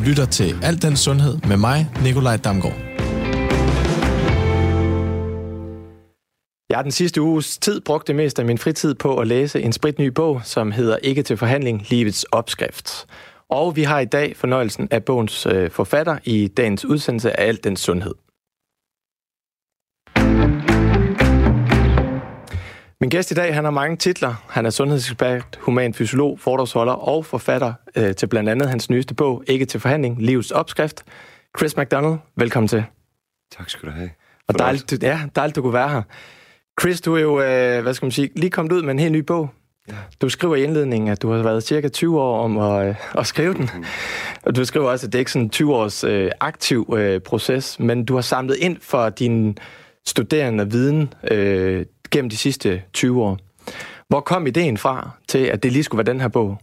lytter til Al den Sundhed med mig, Nikolaj Damgaard. Jeg har den sidste uges tid brugt det meste af min fritid på at læse en spritny bog, som hedder Ikke til forhandling, livets opskrift. Og vi har i dag fornøjelsen af bogens forfatter i dagens udsendelse af Al den Sundhed. Min gæst i dag, han har mange titler. Han er sundhedsekspert, human fysiolog, foredragsholder og forfatter til blandt andet hans nyeste bog, Ikke til forhandling, livets opskrift. Chris McDonald, velkommen til. Tak skal du have. Og dejligt, du kunne være her. Chris, du er jo, lige kommet ud med en helt ny bog. Ja. Du skriver i indledningen, at du har været cirka 20 år om at skrive den. Og du skriver også, at det ikke er sådan en 20 års aktiv proces, men du har samlet ind for din studerende viden gennem de sidste 20 år. Hvor kom ideen fra til, at det lige skulle være den her bog?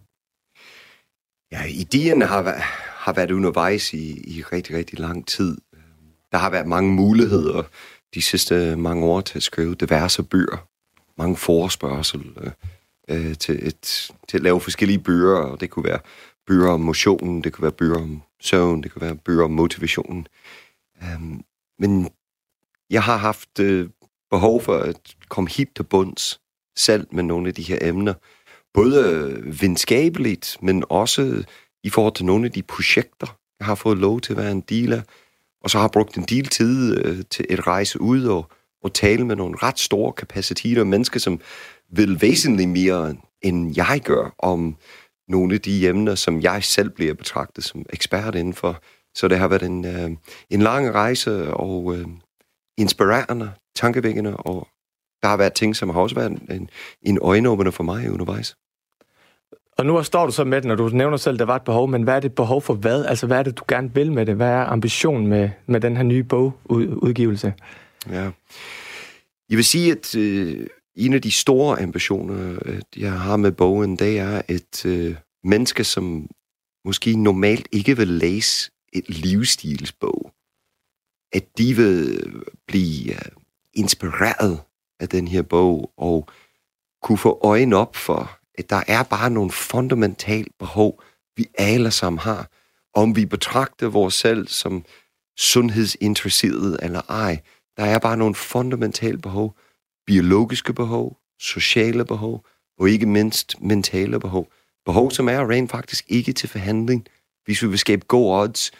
Ja, ideen har været undervejs i rigtig, rigtig lang tid. Der har været mange muligheder de sidste mange år til at skrive diverse bøger. Mange forespørgsel til at lave forskellige bøger, og det kunne være bøger om motion, det kunne være bøger om søvn, det kunne være bøger om motivation. Men jeg har haft behov for at komme helt til bunds selv med nogle af de her emner. Både videnskabeligt, men også i forhold til nogle af de projekter, jeg har fået lov til at være en del af. Og så har jeg brugt en del tid til at rejse ud og tale med nogle ret store kapaciteter, mennesker, som vil væsentligt mere, end jeg gør, om nogle af de emner, som jeg selv bliver betragtet som ekspert indenfor. Så det har været en lang rejse og inspirerende, tankevækkende, og der har været ting, som har også været en øjenåbner for mig undervejs. Og nu står du så med det, når du nævner selv, at der var et behov, men hvad er det behov for hvad? Altså, hvad er det, du gerne vil med det? Hvad er ambitionen med den her nye bogudgivelse? Ja. Jeg vil sige, at en af de store ambitioner, jeg har med bogen, det er, at mennesker, som måske normalt ikke vil læse et livsstilsbog, at de vil blive inspireret af den her bog, og kunne få øjnene op for, at der er bare nogle fundamentale behov, vi alle sammen har. Om vi betragter vores selv som sundhedsinteresserede eller ej, der er bare nogle fundamentale behov. Biologiske behov, sociale behov, og ikke mindst mentale behov. Behov, som er rent faktisk ikke til forhandling, hvis vi vil skabe gode odds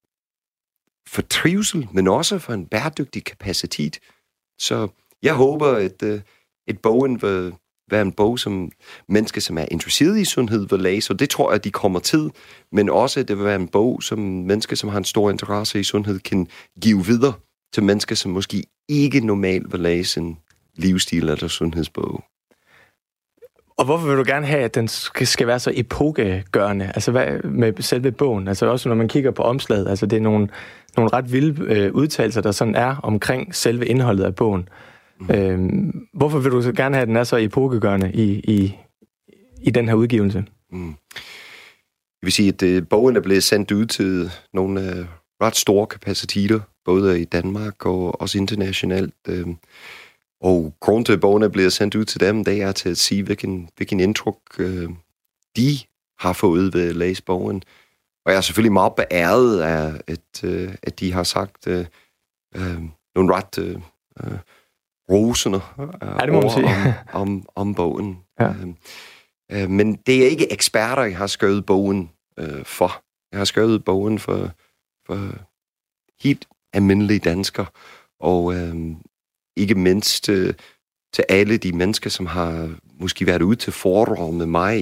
for trivsel, men også for en bæredygtig kapacitet. Så jeg håber, at bogen vil være en bog, som mennesker, som er interesseret i sundhed, vil læse, og det tror jeg, at de kommer til, men også, at det vil være en bog, som mennesker, som har en stor interesse i sundhed, kan give videre til mennesker, som måske ikke normalt vil læse en livsstil eller sundhedsbog. Og hvorfor vil du gerne have, at den skal være så epokegørende? Altså hvad med selve bogen? Altså også når man kigger på omslaget, altså det er nogle ret vilde udtalelser, der sådan er omkring selve indholdet af bogen. Hvorfor vil du så gerne have, at den er så epokegørende i den her udgivelse? Jeg vil sige, at bogen er blevet sendt ud til nogle ret store kapaciteter, både i Danmark og også internationalt. Og grunden til, at bogen er blevet sendt ud til dem, det er til at sige, hvilken indtryk de har fået ved at læse bogen. Og jeg er selvfølgelig meget beæret af, at de har sagt nogle ret rosende om bogen. Ja. Men det er ikke eksperter, jeg har skrevet bogen for. Jeg har skrevet bogen for helt almindelige danskere, og ikke mindst til alle de mennesker, som har måske været ude til foredrag med mig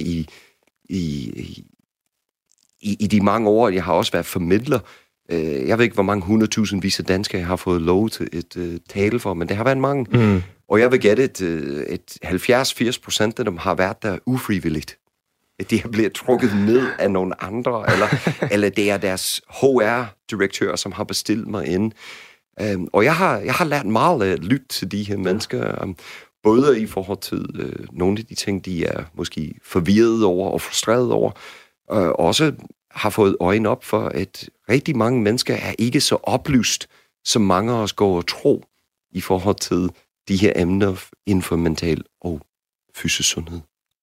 i de mange år. Jeg har også været formidler. Jeg ved ikke, hvor mange 100.000 af danskere, jeg har fået lov til at tale for, men det har været mange. Og jeg vil gætte, at 70-80% af dem har været der ufrivilligt. At de har blevet trukket ned af nogle andre, eller det er deres HR-direktør, som har bestilt mig ind. Og jeg har lært meget at lytte til de her mennesker, både i forhold til nogle af de ting, de er måske forvirret over og frustreret over, og også har fået øjnene op for, at rigtig mange mennesker er ikke så oplyst, som mange af os går og tror, i forhold til de her emner inden for mental og fysisk sundhed.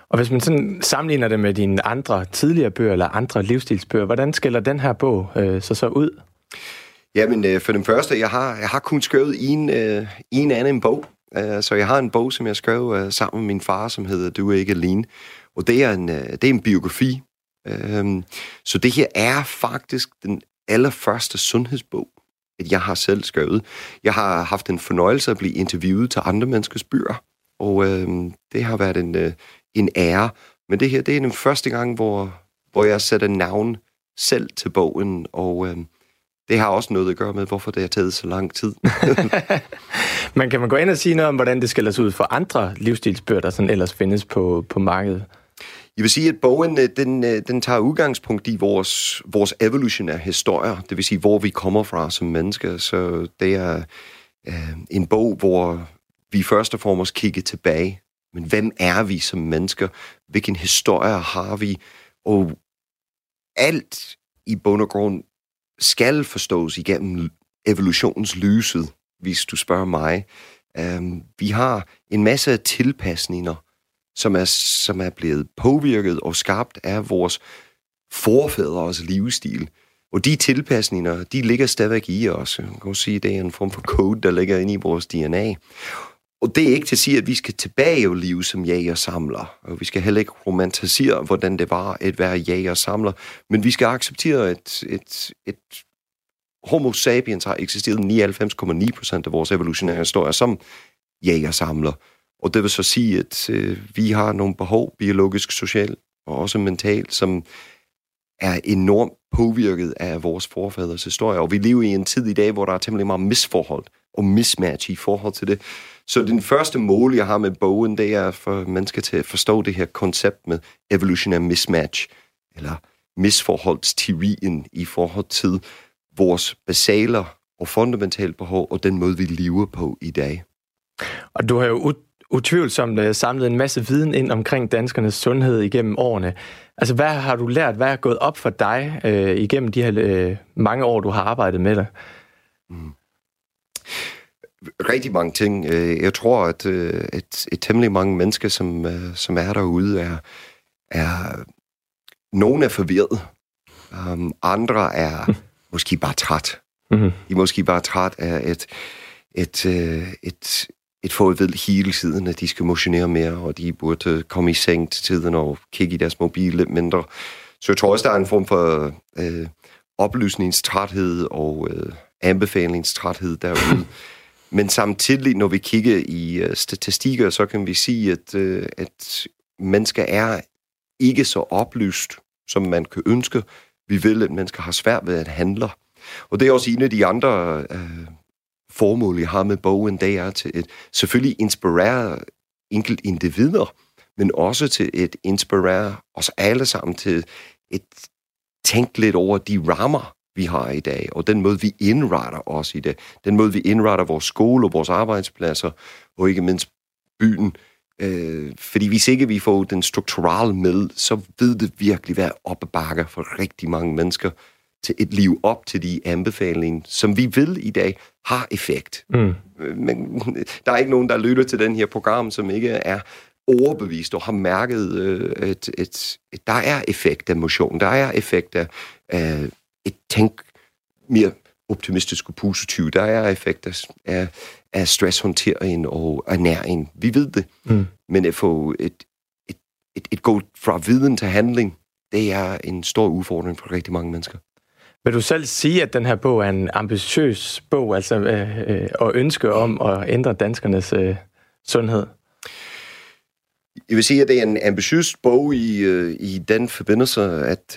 Og hvis man sådan sammenligner det med dine andre tidligere bøger eller andre livsstilsbøger, hvordan skiller den her bog så ud? Jamen, for den første, jeg har kun skrevet en anden bog. Så jeg har en bog, som jeg skrev sammen med min far, som hedder Du er ikke alene. Og det er en biografi. Så det her er faktisk den allerførste sundhedsbog, at jeg har selv skrevet. Jeg har haft en fornøjelse at blive interviewet til andre menneskers bøger, og det har været en ære. Men det her, det er den første gang, hvor jeg sætter navn selv til bogen, og det har også noget at gøre med, hvorfor det har taget så lang tid. Men kan man gå ind og sige noget om, hvordan det skiller sig ud for andre livsstilsbøger, der sådan ellers findes på markedet? Jeg vil sige, at bogen den tager udgangspunkt i vores evolutionære historier, det vil sige, hvor vi kommer fra som mennesker. Så det er en bog, hvor vi først og fremmest kigger tilbage. Men hvem er vi som mennesker? Hvilken historie har vi? Og alt i bund og grund skal forstås igennem evolutionens lyset, hvis du spørger mig. Vi har en masse af tilpasninger, som er blevet påvirket og skabt af vores forfædres livsstil. Og de tilpasninger, de ligger stadigvæk i os. Man kan sige, at det er en form for code, der ligger inde i vores DNA. Og det er ikke til at sige, at vi skal tilbage og leve som jæger-samler. Og vi skal heller ikke romantisere, hvordan det var at være jæger-samler. Men vi skal acceptere, at Homo sapiens har eksisteret 99,9% af vores evolutionære historie som jæger-samler. Og det vil så sige, at vi har nogle behov, biologisk, socialt og også mentalt, som er enormt påvirket af vores forfædres historie. Og vi lever i en tid i dag, hvor der er temmelig meget misforhold og mismatch i forhold til det. Så den første mål, jeg har med bogen, det er for mennesker til at forstå det her koncept med evolutionær mismatch, eller misforholdsteorien i forhold til vores basale og fundamentale behov, og den måde, vi lever på i dag. Og du har jo utvivlsomt samlet en masse viden ind omkring danskernes sundhed igennem årene. Altså, hvad har du lært? Hvad er gået op for dig igennem de her mange år, du har arbejdet med det? Rigtig mange ting. Jeg tror, at et temmelig mange mennesker, som er derude, er nogle er forvirret. Andre er måske bare træt. Mm-hmm. De er måske bare træt af et forved hele tiden, at de skal motionere mere, og de burde komme i seng til tiden og kigge i deres mobil lidt mindre. Så jeg tror også, der er en form for oplysningstræthed og anbefalingstræthed derude. Men samtidig, når vi kigger i statistikker, så kan vi sige, at mennesker er ikke så oplyst, som man kan ønske. Vi ved, at mennesker har svært ved at handle. Og det er også en af de andre formål, jeg har med bogen, det er til at selvfølgelig inspirere enkelt individer, men også til at inspirere os alle sammen til at tænke lidt over de rammer, vi har i dag, og den måde, vi indretter os i det. Den måde, vi indretter vores skole og vores arbejdspladser, og ikke mindst byen. Fordi hvis ikke vi får den strukturelle med, så ved det virkelig være op ad bakke for rigtig mange mennesker til et liv op til de anbefalinger, som vi vil i dag, har effekt. Men der er ikke nogen, der lytter til den her program, som ikke er overbevist og har mærket, at der er effekt af motion, der er effekt af et tænk mere optimistisk og positivt, der er effekt af stresshåndtering og ernæring. Vi ved det. Men at få et gå fra viden til handling, det er en stor udfordring for rigtig mange mennesker. Vil du selv sige, at den her bog er en ambitiøs bog, altså og ønske om at ændre danskernes sundhed? Jeg vil sige, at det er en ambitiøs bog i den forbindelse, at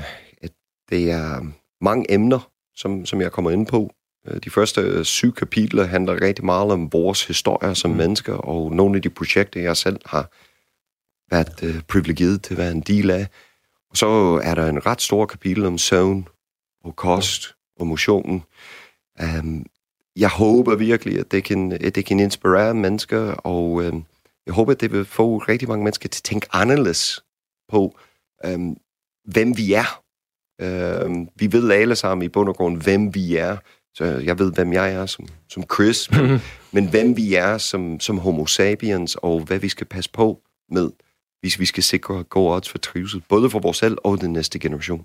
det er mange emner, som jeg kommer ind på. De første 7 kapitler handler rigtig meget om vores historie som mennesker, og nogle af de projekter, jeg selv har været privilegeret til at være en del af. Og så er der en ret stor kapitel om søvn og kost og motion. Jeg håber virkelig, at det kan inspirere mennesker, og jeg håber, at det vil få rigtig mange mennesker til at tænke anderledes på, hvem vi er. Vi ved alle sammen i bund og grund, hvem vi er. Så jeg ved, hvem jeg er som Chris, men hvem vi er som homo sapiens, og hvad vi skal passe på med. hvis vi skal sikre gode odds for trivsel, både for vores selv og den næste generation.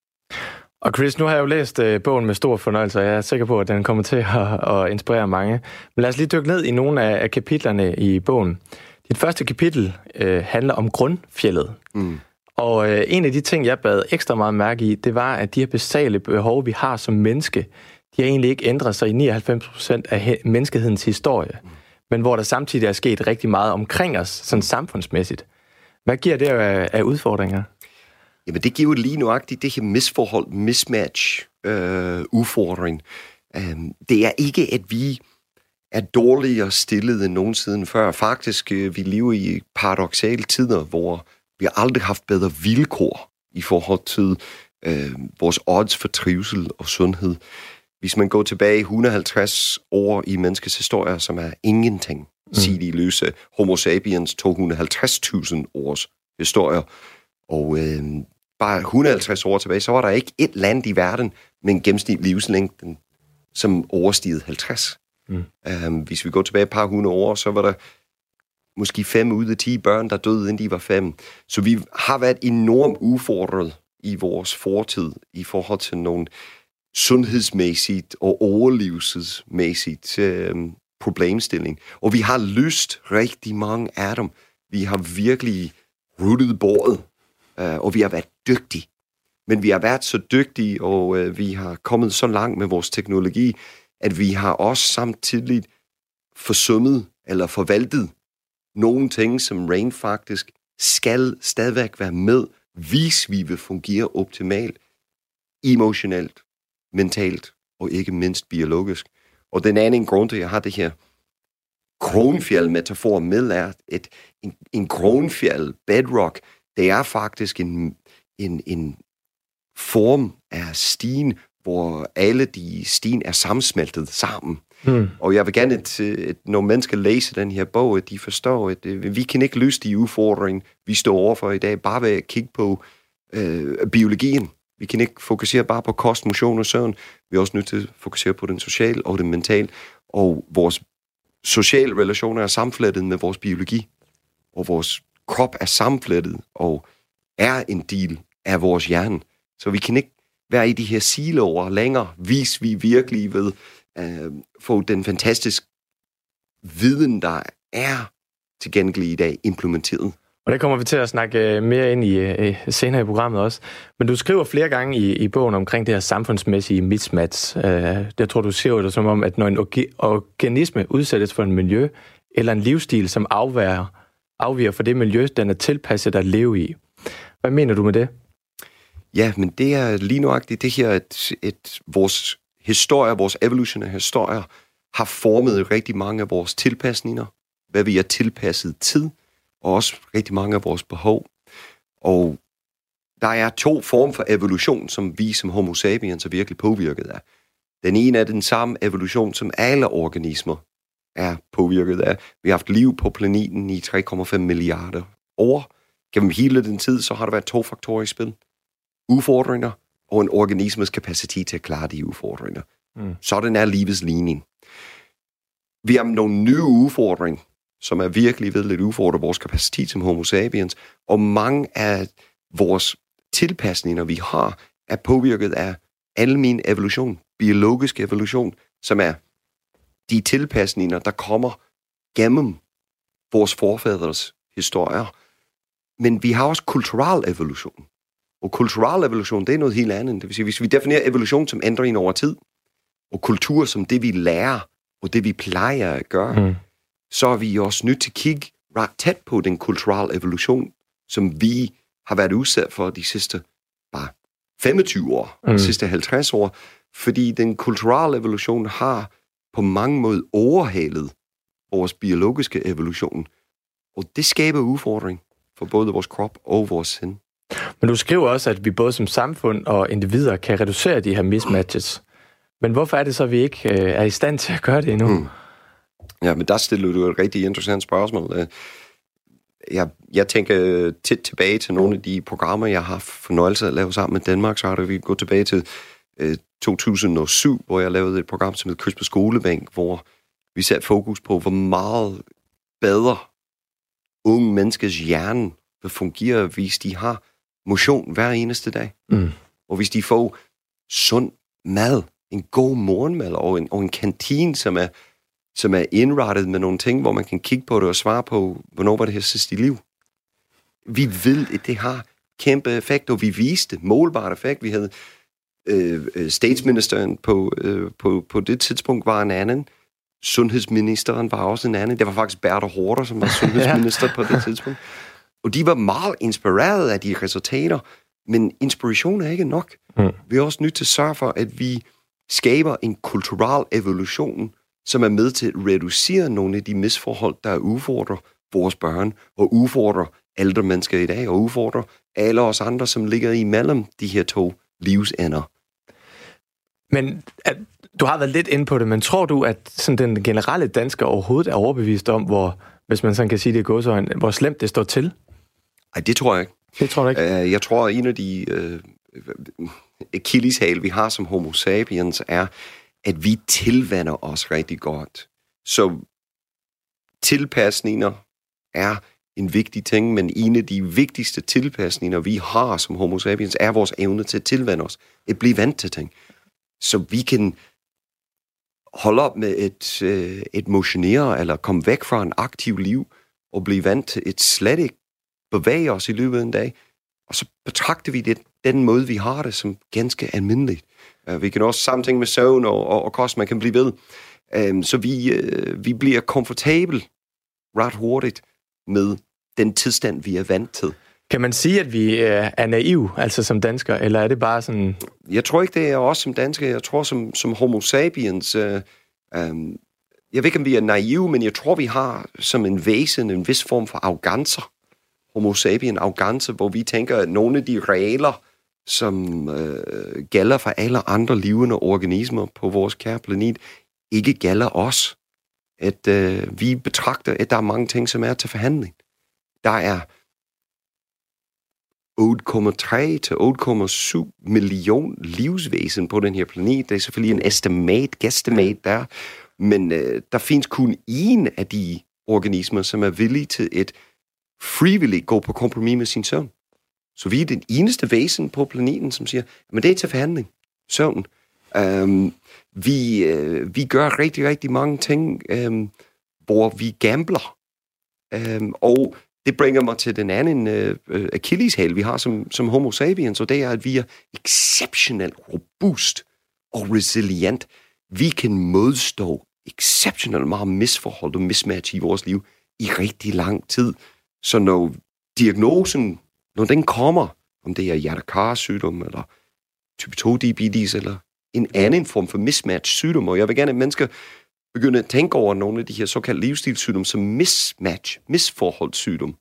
Og Chris, nu har jeg jo læst bogen med stor fornøjelse, og jeg er sikker på, at den kommer til at inspirere mange. Men lad os lige dykke ned i nogle af kapitlerne i bogen. Dit første kapitel handler om grundfjeldet. Og en af de ting, jeg bad ekstra meget mærke i, det var, at de her basale behov, vi har som menneske, de har egentlig ikke ændret sig i 99% af menneskehedens historie, men hvor der samtidig er sket rigtig meget omkring os, sådan samfundsmæssigt. Hvad giver det af udfordringer? Jamen, det giver jo lige nuagtigt det her misforhold, mismatch, udfordring. Det er ikke, at vi er dårligere stillet end nogensinde før. Faktisk, vi lever i paradoksale tider, hvor vi har aldrig haft bedre vilkår i forhold til vores odds for trivsel og sundhed. Hvis man går tilbage 150 år i menneskets historie, som er ingenting, sige de løse Homo sapiens 250.000 års historie, og bare 150 år tilbage, så var der ikke et land i verden med en gennemsnitlig livslængde, som overstigede 50. Hvis vi går tilbage et par hundrede år, så var der måske 5 ud af 10 børn, der døde, inden de var 5. Så vi har været enormt udfordret i vores fortid i forhold til nogle sundhedsmæssigt og overlevelsesmæssigt problemstilling. Og vi har løst rigtig mange af dem. Vi har virkelig ryddet bordet, og vi har været dygtige. Men vi har været så dygtige, og vi har kommet så langt med vores teknologi, at vi har også samtidig forsummet eller forvaltet nogle ting, som rent faktisk skal stadigvæk være med, hvis vi vil fungere optimalt, emotionelt, mentalt og ikke mindst biologisk. Og den anden grund til, at jeg har det her kronfjeld-metafor med, er, at en kronfjeld, bedrock, det er faktisk en form af stien, hvor alle de stien er sammensmeltet sammen. Og jeg vil gerne, at når mennesker læser den her bog, at de forstår, at vi kan ikke løse de udfordringer, vi står overfor i dag, bare ved at kigge på biologien. Vi kan ikke fokusere bare på kost, motion og søvn. Vi er også nødt til at fokusere på den sociale og den mentale. Og vores sociale relationer er sammenflettet med vores biologi. Og vores krop er sammenflettet og er en del af vores hjerne. Så vi kan ikke være i de her siloer længere, hvis vi virkelig vil få den fantastiske viden, der er tilgængelig i dag, implementeret. Og det kommer vi til at snakke mere ind i senere i programmet også. Men du skriver flere gange i bogen omkring det her samfundsmæssige mismatch. Jeg tror, du ser det som om, at når en organisme udsættes for en miljø eller en livsstil, som afviger fra det miljø, den er tilpasset at leve i. Hvad mener du med det? Ja, men det er lige nøjagtigt det her, at vores historie, vores evolutionære historier, har formet rigtig mange af vores tilpasninger, hvad vi er tilpasset tid, og også rigtig mange af vores behov. Og der er 2 former for evolution, som vi som Homo sapiens er virkelig påvirket af. Den ene er den samme evolution, som alle organismer er påvirket af. Vi har haft liv på planeten i 3,5 milliarder år. Gennem hele den tid, så har der været 2 faktorer i spil. Udfordringer og en organismes kapacitet til at klare de udfordringer. Sådan er livets ligning. Vi har nogle nye udfordringer, som er virkelig ved at udfordre vores kapacitet som Homo sapiens, og mange af vores tilpasninger, vi har, er påvirket af almen evolution, biologisk evolution, som er de tilpasninger, der kommer gennem vores forfædres historier. Men vi har også kulturel evolution. Og kulturel evolution, det er noget helt andet. Det vil sige, hvis vi definerer evolution som ændring over tid, og kultur som det, vi lærer, og det, vi plejer at gøre, så er vi også nødt til at kigge ret tæt på den kulturelle evolution, som vi har været udsat for de sidste bare 25 år, de sidste 50 år, fordi den kulturelle evolution har på mange måder overhalet vores biologiske evolution, og det skaber udfordring for både vores krop og vores sind. Men du skriver også, at vi både som samfund og individer kan reducere de her mismatches. Men hvorfor er det så, at vi ikke er i stand til at gøre det endnu? Ja, men der stiller du et rigtig interessant spørgsmål. Jeg tænker tit tilbage til nogle af de programmer, jeg har fornøjelse at lave sammen med Danmark. Så har vi gået tilbage til 2007, hvor jeg lavede et program, som hedder Kryds på skolebænk, hvor vi satte fokus på, hvor meget bedre unge menneskers hjerne vil fungere, hvis de har motion hver eneste dag. Og hvis de får sund mad, en god morgenmad og en kantine, som er indrettet med nogle ting, hvor man kan kigge på det og svare på, hvornår var det her sidste i liv. Vi ved, at det har kæmpe effekt, og vi viste målbart effekt. Vi havde statsministeren på det tidspunkt var en anden. Sundhedsministeren var også en anden. Det var faktisk Bertel Haarder, som var sundhedsminister på det tidspunkt. Og de var meget inspireret af de resultater, men inspiration er ikke nok. Vi er også nødt til at sørge for, at vi skaber en kulturel evolution, som er med til at reducere nogle af de misforhold, der udfordrer vores børn, og udfordrer ældre mennesker i dag, og udfordrer alle os andre, som ligger imellem de her to livsender. Men du har været lidt inde på det, men tror du, at sådan den generelle dansker overhovedet er overbevist om, hvis man sådan kan sige det i gåseøjne, hvor slemt det står til? Nej, det tror jeg ikke. Det tror du ikke? Jeg tror, at en af de akilleshæl, vi har som homo sapiens, er, at vi tilvender os rigtig godt. Så tilpasninger er en vigtig ting, men en af de vigtigste tilpasninger, vi har som homo sapiens, er vores evne til at tilvende os. At blive vant til ting. Så vi kan holde op med et motionere, eller komme væk fra en aktiv liv, og blive vant til et slet ikke bevæge os i løbet af en dag. Og så betragter vi det, den måde, vi har det, som ganske almindeligt. Vi kan også sammenhænge med søvn og kost, man kan blive ved. Så vi bliver komfortabel ret hurtigt med den tilstand, vi er vant til. Kan man sige, at vi er naive, altså som danskere, eller er det bare sådan... Jeg tror ikke, det er også som danskere. Jeg tror, som homo sapiens... jeg ved ikke, om vi er naive, men jeg tror, vi har som en væsen en vis form for arrogancer. Homo sapien arrogance, hvor vi tænker, at nogle af de regler, som gælder for alle andre levende organismer på vores kære planet, ikke gælder os. At vi betragter, at der er mange ting, som er til forhandling. Der er 8,3 til 8,7 million livsvæsen på den her planet. Det er selvfølgelig en guesstimate der, men der findes kun én af de organismer, som er villige til et frivilligt gå på kompromis med sin søvn. Så vi er den eneste væsen på planeten, som siger, men det er til forhandling. Søvn. Vi gør rigtig, rigtig mange ting, hvor vi gambler. Og det bringer mig til den anden akilleshæl, vi har som homo sapiens, og det er, at vi er exceptionelt robust og resilient. Vi kan modstå exceptionelt meget misforhold og mismatch i vores liv i rigtig lang tid. Så når diagnosen, når den kommer, om det er hjertekarsygdom, eller type 2 diabetes, eller en anden form for mismatch sygdom, og jeg vil gerne, at mennesker begynde at tænke over nogle af de her såkaldte livsstilssygdom som misforholdssygdom.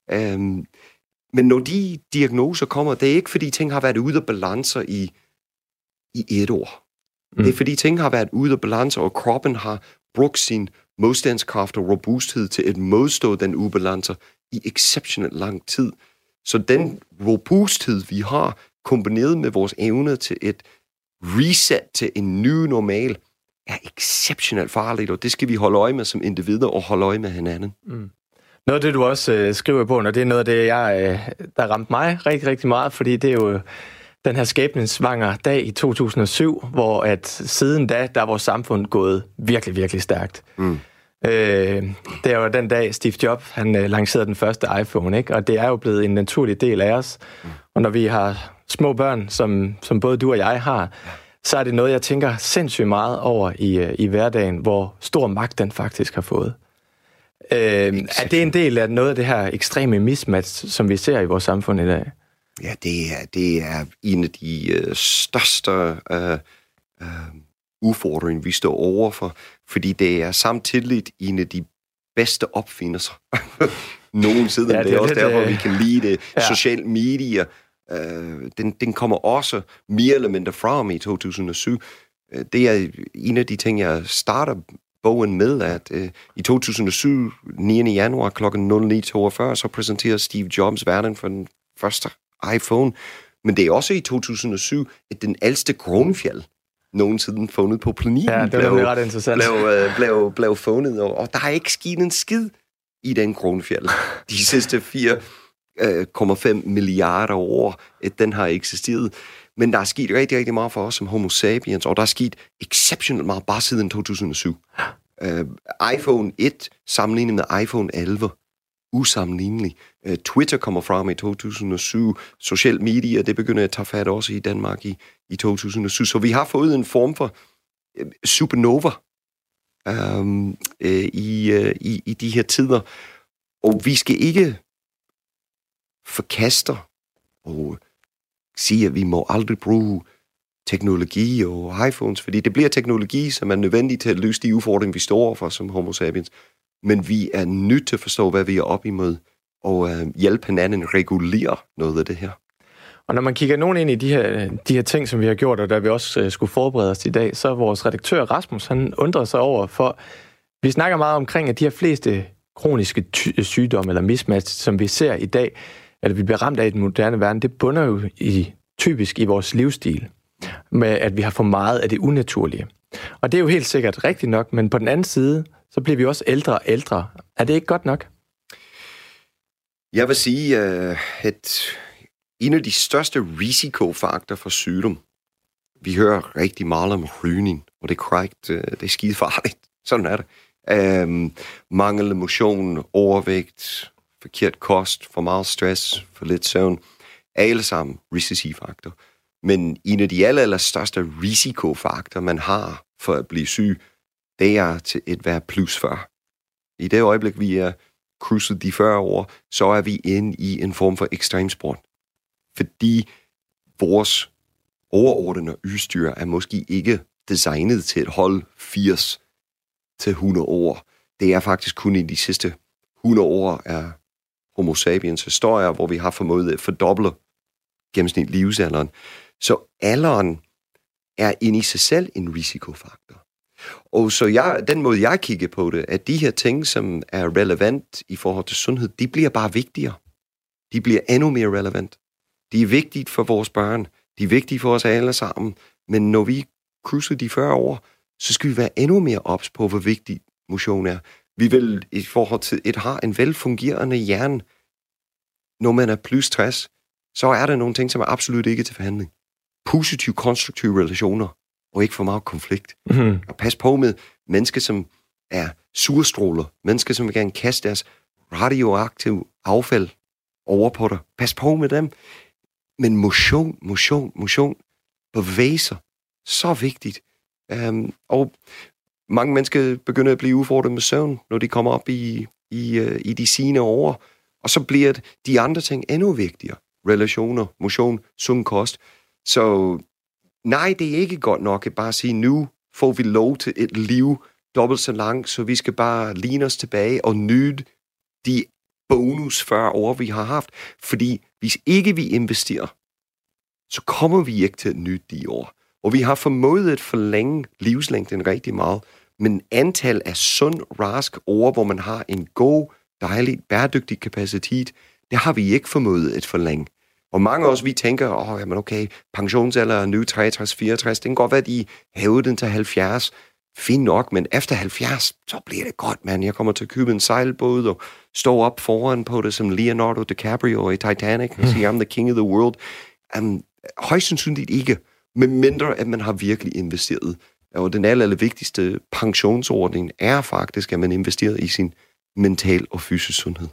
Men når de diagnoser kommer, det er ikke fordi ting har været ude af balancer i et år. Det er fordi ting har været ude af balancer, og kroppen har brugt sin modstandskraft og robusthed til at modstå den ubalancer i exceptionelt lang tid. Så den robusthed, vi har, kombineret med vores evne til et reset til en ny normal, er exceptionelt farligt, og det skal vi holde øje med som individer og holde øje med hinanden. Noget af det, du også skriver på, og det er noget af det, der ramte mig rigtig, rigtig meget, fordi det er jo den her skæbnesvanger dag i 2007, hvor at siden da, der er vores samfund gået virkelig, virkelig stærkt. Det er jo den dag, Steve Jobs, han lancerede den første iPhone, ikke? Og det er jo blevet en naturlig del af os. Og når vi har små børn, som både du og jeg har, så er det noget, jeg tænker sindssygt meget over i hverdagen, hvor stor magt den faktisk har fået. Er det en del af noget af det her ekstreme mismatch, som vi ser i vores samfund i dag? Ja, det er en af de største udfordringer, vi står overfor, fordi det er samtidig en af de bedste opfindelser nogensinde. Ja, det er også derfor, vi kan lide det. Ja. Social media, den kommer også mere eller mindre frem i 2007. Det er en af de ting, jeg starter bogen med, at i 2007, 9. januar kl. 09.42, så præsenterer Steve Jobs verden for den første iPhone. Men det er også i 2007, at den ældste kronfjeld nogensinde fundet på planeten. Ja, det var ret interessant. Blev fundet, og der er ikke sket en skid i den kronfjeld de sidste 1,5 milliarder år, at den har eksisteret. Men der er sket rigtig, rigtig meget for os som homo sapiens, og der er sket exceptionelt meget bare siden 2007. iPhone 1 sammenlignet med iPhone 11. Usammenlignelig. Twitter kommer frem i 2007. Social media, det begynder at tage fat også i Danmark i 2007. Så vi har fået en form for supernova i de her tider. Og vi skal ikke forkaste og sige, at vi må aldrig bruge teknologi og iPhones, fordi det bliver teknologi, som er nødvendig til at løse de udfordringer, vi står overfor som homo sapiens. Men vi er nødt til at forstå, hvad vi er op imod, og hjælpe hinanden at regulere noget af det her. Og når man kigger nogen ind i de her ting, som vi har gjort, og der vi også skulle forberede os i dag, så er vores redaktør Rasmus, han undrer sig over, for vi snakker meget omkring, at de her fleste kroniske sygdomme eller mismatch, som vi ser i dag, eller vi bliver ramt af i den moderne verden, det bunder jo typisk i vores livsstil, med at vi har for meget af det unaturlige. Og det er jo helt sikkert rigtigt nok, men på den anden side, så bliver vi også ældre og ældre. Er det ikke godt nok? Jeg vil sige, at en af de største risikofaktorer for sygdom, vi hører rigtig meget om rygning, og det er korrekt, det er skide farligt. Sådan er det. Manglende motion, overvægt, forkert kost, for meget stress, for lidt søvn, alle sammen risikofaktorer. Men en af de allerstørste risikofaktorer, man har for at blive syg, det er til at være plus 40. I det øjeblik, vi er krydset de 40 år, så er vi inde i en form for ekstremsport. Fordi vores overordnede udstyr er måske ikke designet til at holde 80 til 100 år. Det er faktisk kun i de sidste 100 år af homo sapiens historie, hvor vi har formået at fordoble gennemsnit livsalderen. Så alderen er inde i sig selv en risikofaktor. Og så den måde, jeg kigger på det, at de her ting, som er relevant i forhold til sundhed, de bliver bare vigtigere. De bliver endnu mere relevant. De er vigtige for vores børn. De er vigtige for os alle sammen. Men når vi krydser de 40 år, så skal vi være endnu mere ops på, hvor vigtig motion er. Vi vil i forhold til at have en velfungerende hjerne, når man er plus 60, så er der nogle ting, som er absolut ikke til forhandling. Positive, konstruktive relationer, og ikke for meget konflikt. Mm-hmm. Og pas på med mennesker, som er surstråler, mennesker, som vil gerne kaste deres radioaktive affald over på dig. Pas på med dem. Men motion, bevægelser, så vigtigt. Og mange mennesker begynder at blive udfordret med søvn, når de kommer op i de sine år, og så bliver de andre ting endnu vigtigere. Relationer, motion, sund kost. Så nej, det er ikke godt nok at bare sige, nu får vi lov til et liv dobbelt så langt, så vi skal bare ligne os tilbage og nyde de bonus 40 år, vi har haft. Fordi hvis ikke vi investerer, så kommer vi ikke til at nyde de år. Og vi har formået at forlænge livslængden rigtig meget, men antal af sund, rask år, hvor man har en god, dejlig, bæredygtig kapacitet, det har vi ikke formået at forlænge. Og mange af os, vi tænker, jamen okay, pensionsalder er nu 63, 64, det kan godt være, at de hæver den til 70. Fint nok, men efter 70, så bliver det godt, mand. Jeg kommer til at købe en sejlbåd og stå op foran på det som Leonardo DiCaprio i Titanic og sige, I'm the king of the world. Højst sandsynligt ikke, med mindre at man har virkelig investeret. Og den allervigtigste pensionsordning er faktisk, at man investerer i sin mental og fysisk sundhed.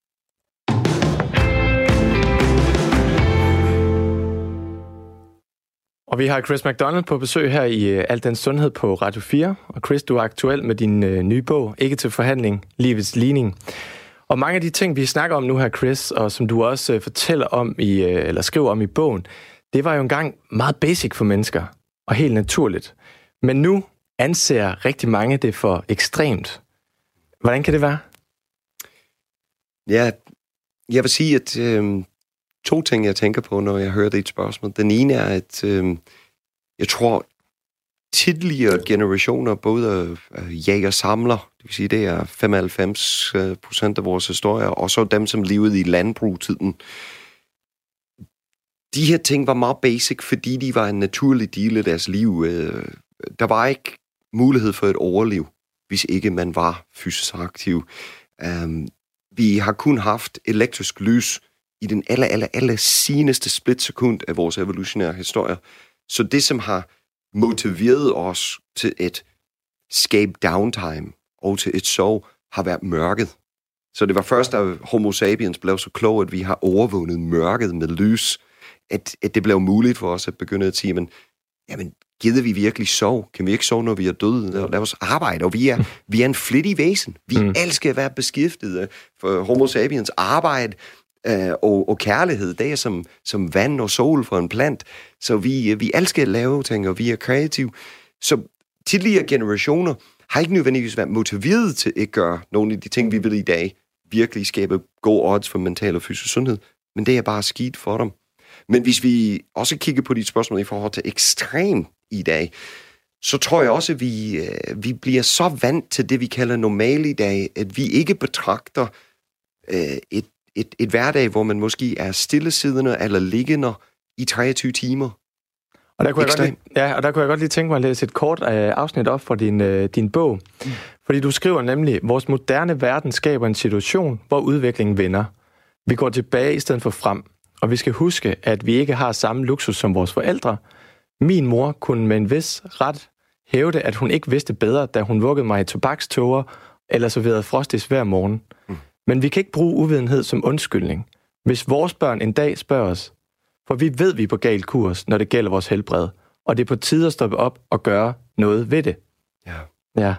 Og vi har Chris McDonald på besøg her i Al den Sundhed på Radio 4. Og Chris, du er aktuel med din nye bog, Ikke til forhandling, Livets ligning. Og mange af de ting, vi snakker om nu her, Chris, og som du også fortæller om eller skriver om i bogen, det var jo engang meget basic for mennesker, og helt naturligt. Men nu anser rigtig mange det for ekstremt. Hvordan kan det være? Ja, jeg vil sige, at to ting, jeg tænker på, når jeg hører det et spørgsmål. Den ene er, at jeg tror, tidligere generationer, både jæger-samler, det vil sige, det er 95% af vores historie, og så dem, som levede i landbrugtiden. De her ting var meget basic, fordi de var en naturlig del af deres liv. Der var ikke mulighed for et overliv, hvis ikke man var fysisk aktiv. Vi har kun haft elektrisk lys i den aller seneste splitsekund af vores evolutionære historie. Så det, som har motiveret os til et skabe downtime og til et sove, har været mørket. Så det var først, da Homo sapiens blev så klog, at vi har overvundet mørket med lys, at det blev muligt for os at begynde at sige, jamen, gider vi virkelig sove? Kan vi ikke sove, når vi er døde? Lad os arbejde, og vi er en flittig væsen. Vi elsker at være beskæftiget. For Homo sapiens arbejde og kærlighed, det er som vand og sol for en plant. Så vi elsker at lave ting, og vi er kreative. Så tidligere generationer har ikke nødvendigvis været motiveret til at gøre nogle af de ting, vi vil i dag, virkelig skabe gode odds for mental og fysisk sundhed. Men det er bare skidt for dem. Men hvis vi også kigger på dit spørgsmål i forhold til ekstrem i dag, så tror jeg også, at vi bliver så vant til det, vi kalder normal i dag, at vi ikke betragter et hverdag, hvor man måske er stillesiddende eller liggende i 23 timer. Og der kunne jeg godt lige tænke mig at læse et kort afsnit op for din bog. Fordi du skriver nemlig, vores moderne verden skaber en situation, hvor udviklingen vender. Vi går tilbage i stedet for frem. Og vi skal huske, at vi ikke har samme luksus som vores forældre. Min mor kunne med en vis ret hævde, at hun ikke vidste bedre, da hun vuggede mig i tobakståger eller serverede frostis hver morgen. Men vi kan ikke bruge uvidenhed som undskyldning, hvis vores børn en dag spørger os. For vi ved, vi er på galt kurs, når det gælder vores helbred. Og det er på tide at stoppe op og gøre noget ved det. Ja.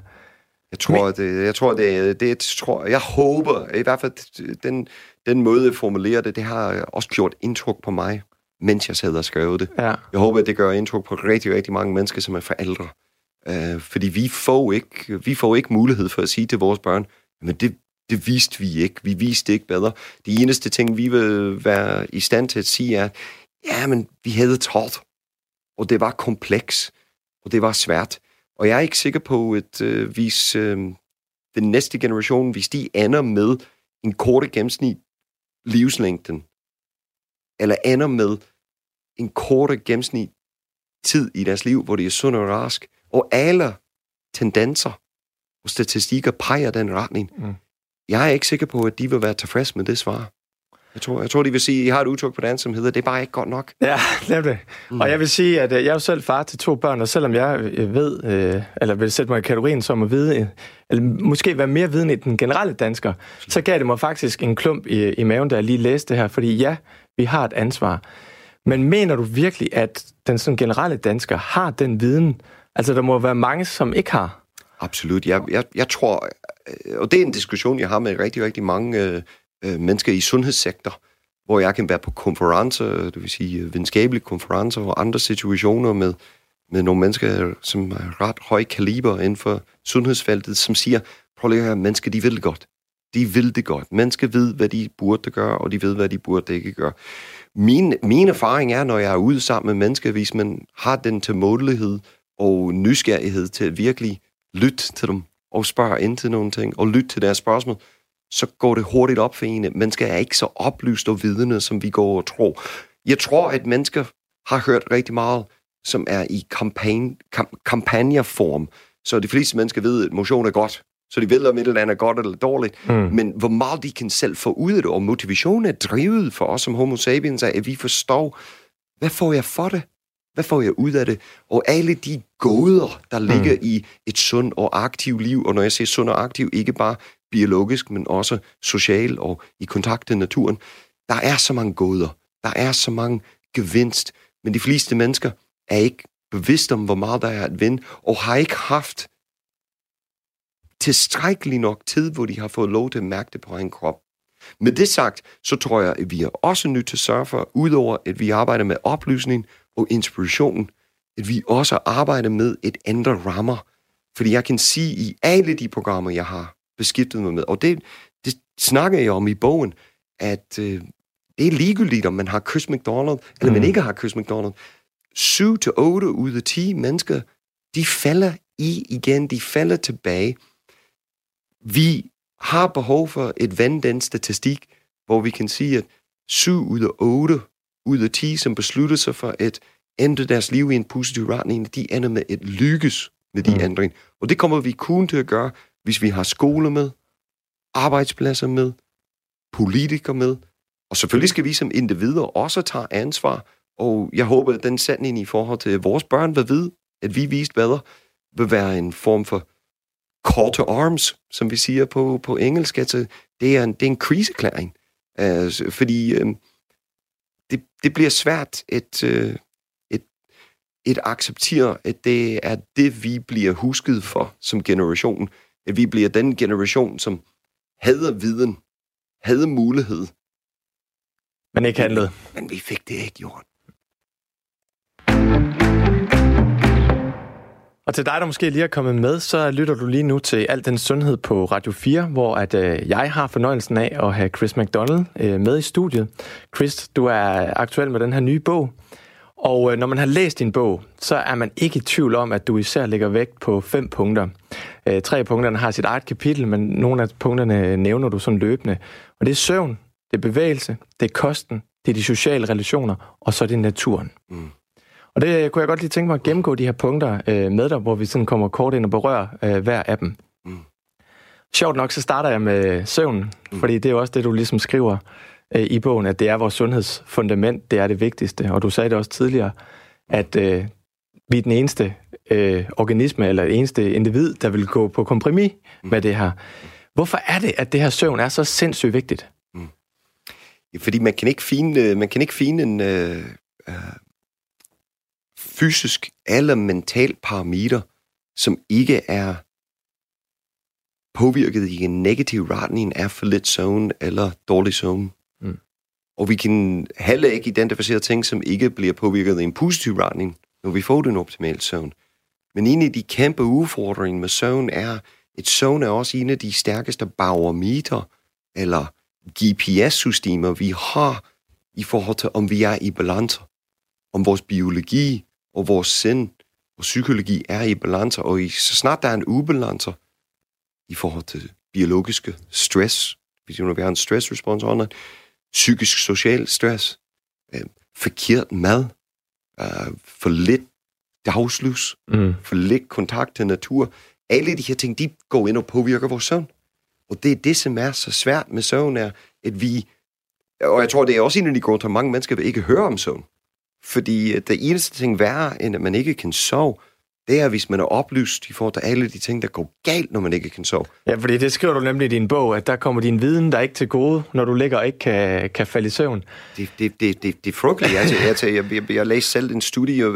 Jeg håber, i hvert fald den måde at formulere det har også gjort indtryk på mig, mens jeg sad og skrev det. Ja. Jeg håber, at det gør indtryk på rigtig, rigtig mange mennesker, som er forældre. Fordi vi får ikke mulighed for at sige til vores børn, men det viste vi ikke. Vi viste ikke bedre. De eneste ting, vi vil være i stand til at sige, er, men vi havde travlt, og det var kompleks, og det var svært. Og jeg er ikke sikker på, at hvis den næste generation, hvis de ender med en korte gennemsnit livslængden, eller ender med en korte gennemsnit tid i deres liv, hvor de er sund og rask, og alle tendenser og statistikker peger den retning. Jeg er ikke sikker på, at de vil være tilfreds med det svar. Jeg tror, de vil sige, at jeg har et udtryk på dansk, som hedder, det er bare ikke godt nok. Ja, det er det. Og jeg vil sige, at jeg er jo selv far til 2 børn, og selvom jeg ved, eller vil sætte mig i kategorien som at vide, eller måske være mere vidende end den generelle dansker, så gav det mig faktisk en klump i maven, da jeg lige læste det her, fordi ja, vi har et ansvar. Men mener du virkelig, at den sådan generelle dansker har den viden? Altså, der må være mange, som ikke har. Absolut. Jeg tror, og det er en diskussion, jeg har med rigtig, rigtig mange mennesker i sundhedssektor, hvor jeg kan være på konferencer, det vil sige videnskabelige konferencer og andre situationer med nogle mennesker, som er ret høj kaliber inden for sundhedsfeltet, som siger, prøv lige at høre, mennesker, de vil det godt. De vil det godt. Mennesker ved, hvad de burde gøre, og de ved, hvad de burde ikke gøre. Min erfaring er, når jeg er ude sammen med mennesker, hvis man har den tilmådelighed og nysgerrighed til at virkelig lytte til dem, og spørge ind til nogle ting, og lytte til deres spørgsmål, så går det hurtigt op for en. Mennesker er ikke så oplyst og vidende, som vi går og tror. Jeg tror, at mennesker har hørt rigtig meget, som er i kampagneform. Så de fleste mennesker ved, at motion er godt. Så de ved, om et eller andet er godt eller dårligt. Men hvor meget de kan selv få ud af det, og motivation er drevet for os som homo sapiens, at vi forstår, hvad får jeg for det? Hvad får jeg ud af det? Og alle de goder, der ligger i et sundt og aktivt liv, og når jeg siger sund og aktiv, ikke bare biologisk, men også social og i kontakt med naturen. Der er så mange goder. Der er så mange gevinst. Men de fleste mennesker er ikke bevidst om, hvor meget der er at vinde, og har ikke haft tilstrækkelig nok tid, hvor de har fået lov til at mærke det på en krop. Med det sagt, så tror jeg, at vi er også nødt til at sørge for, udover at vi arbejder med oplysning og inspiration, at vi også arbejder med et ændre rammer. Fordi jeg kan sige, i alle de programmer, jeg har beskæftiget mig med, og det snakker jeg om i bogen, at det er ligegyldigt, om man har Chris McDonald, eller man ikke har Chris McDonald. 7 til 8 ud af 10 mennesker, de falder igen, de falder tilbage. Vi har behov for et vende den statistik, hvor vi kan sige, at 7 ud af 8 ud af 10, som beslutter sig for at ændre deres liv i en positiv retning, de ender med at lykkes med de ændringer. Og det kommer vi kun til at gøre, hvis vi har skoler med, arbejdspladser med, politikere med, Og selvfølgelig skal vi som individer også tage ansvar, og jeg håber, at den sætning i forhold til vores børn vil vide, at vi vist bedre, vil være en form for call to arms, som vi siger på engelsk. Altså, det er en kriseklæring. Fordi det bliver svært at acceptere, at det er det, vi bliver husket for som generation. At vi bliver den generation, som havde viden, havde mulighed. Men ikke handlede. Men vi fik det ikke gjort. Og til dig, der måske lige er kommet med, så lytter du lige nu til Al den Sundhed på Radio 4, hvor jeg har fornøjelsen af at have Chris McDonald med i studiet. Chris, du er aktuel med den her nye bog, og når man har læst din bog, så er man ikke i tvivl om, at du især lægger vægt på 5 punkter. 3 af punkterne har sit eget kapitel, men nogle af punkterne nævner du sådan løbende. Og det er søvn, det er bevægelse, det er kosten, det er de sociale relationer, og så er det naturen. Mm. Og det kunne jeg godt lige tænke mig at gennemgå de her punkter med dig, hvor vi sådan kommer kort ind og berører hver af dem. Mm. Sjovt nok, så starter jeg med søvnen, fordi det er jo også det, du ligesom skriver i bogen, at det er vores sundhedsfundament, det er det vigtigste. Og du sagde det også tidligere, at vi er den eneste organisme, eller eneste individ, der vil gå på kompromis med det her. Hvorfor er det, at det her søvn er så sindssygt vigtigt? Fordi man kan ikke finde en fysisk eller mental parameter, som ikke er påvirket i en negativ retning af for lidt søvn eller dårlig søvn. Mm. Og vi kan heller ikke identificere ting, som ikke bliver påvirket i en positiv retning, når vi får den optimale søvn. Men en af de kæmpe udfordringer med søvn er, at søvn er også en af de stærkeste barometer eller GPS-systemer, vi har i forhold til, om vi er i balance. Om vores biologi og vores sind og psykologi er i balance. Og så snart der er en ubalance i forhold til biologiske stress, hvis vi har en stressrespons online, psykisk social stress, forkert mad, for lidt dagslys, for lidt kontakt til natur, alle de her ting, de går ind og påvirker vores søvn. Og det er det, som er så svært med søvn, er, at vi, og jeg tror, det er også en af de grunde til, at mange mennesker vil ikke høre om søvn. Fordi det eneste ting værre, end at man ikke kan sove, det er, hvis man er oplyst i forhold til alle de ting, der går galt, når man ikke kan sove. Ja, fordi det skriver du nemlig i din bog, at der kommer din viden, der ikke til gode, når du ligger og ikke kan falde i søvn. Det er frygteligt. Jeg læste selv en studie,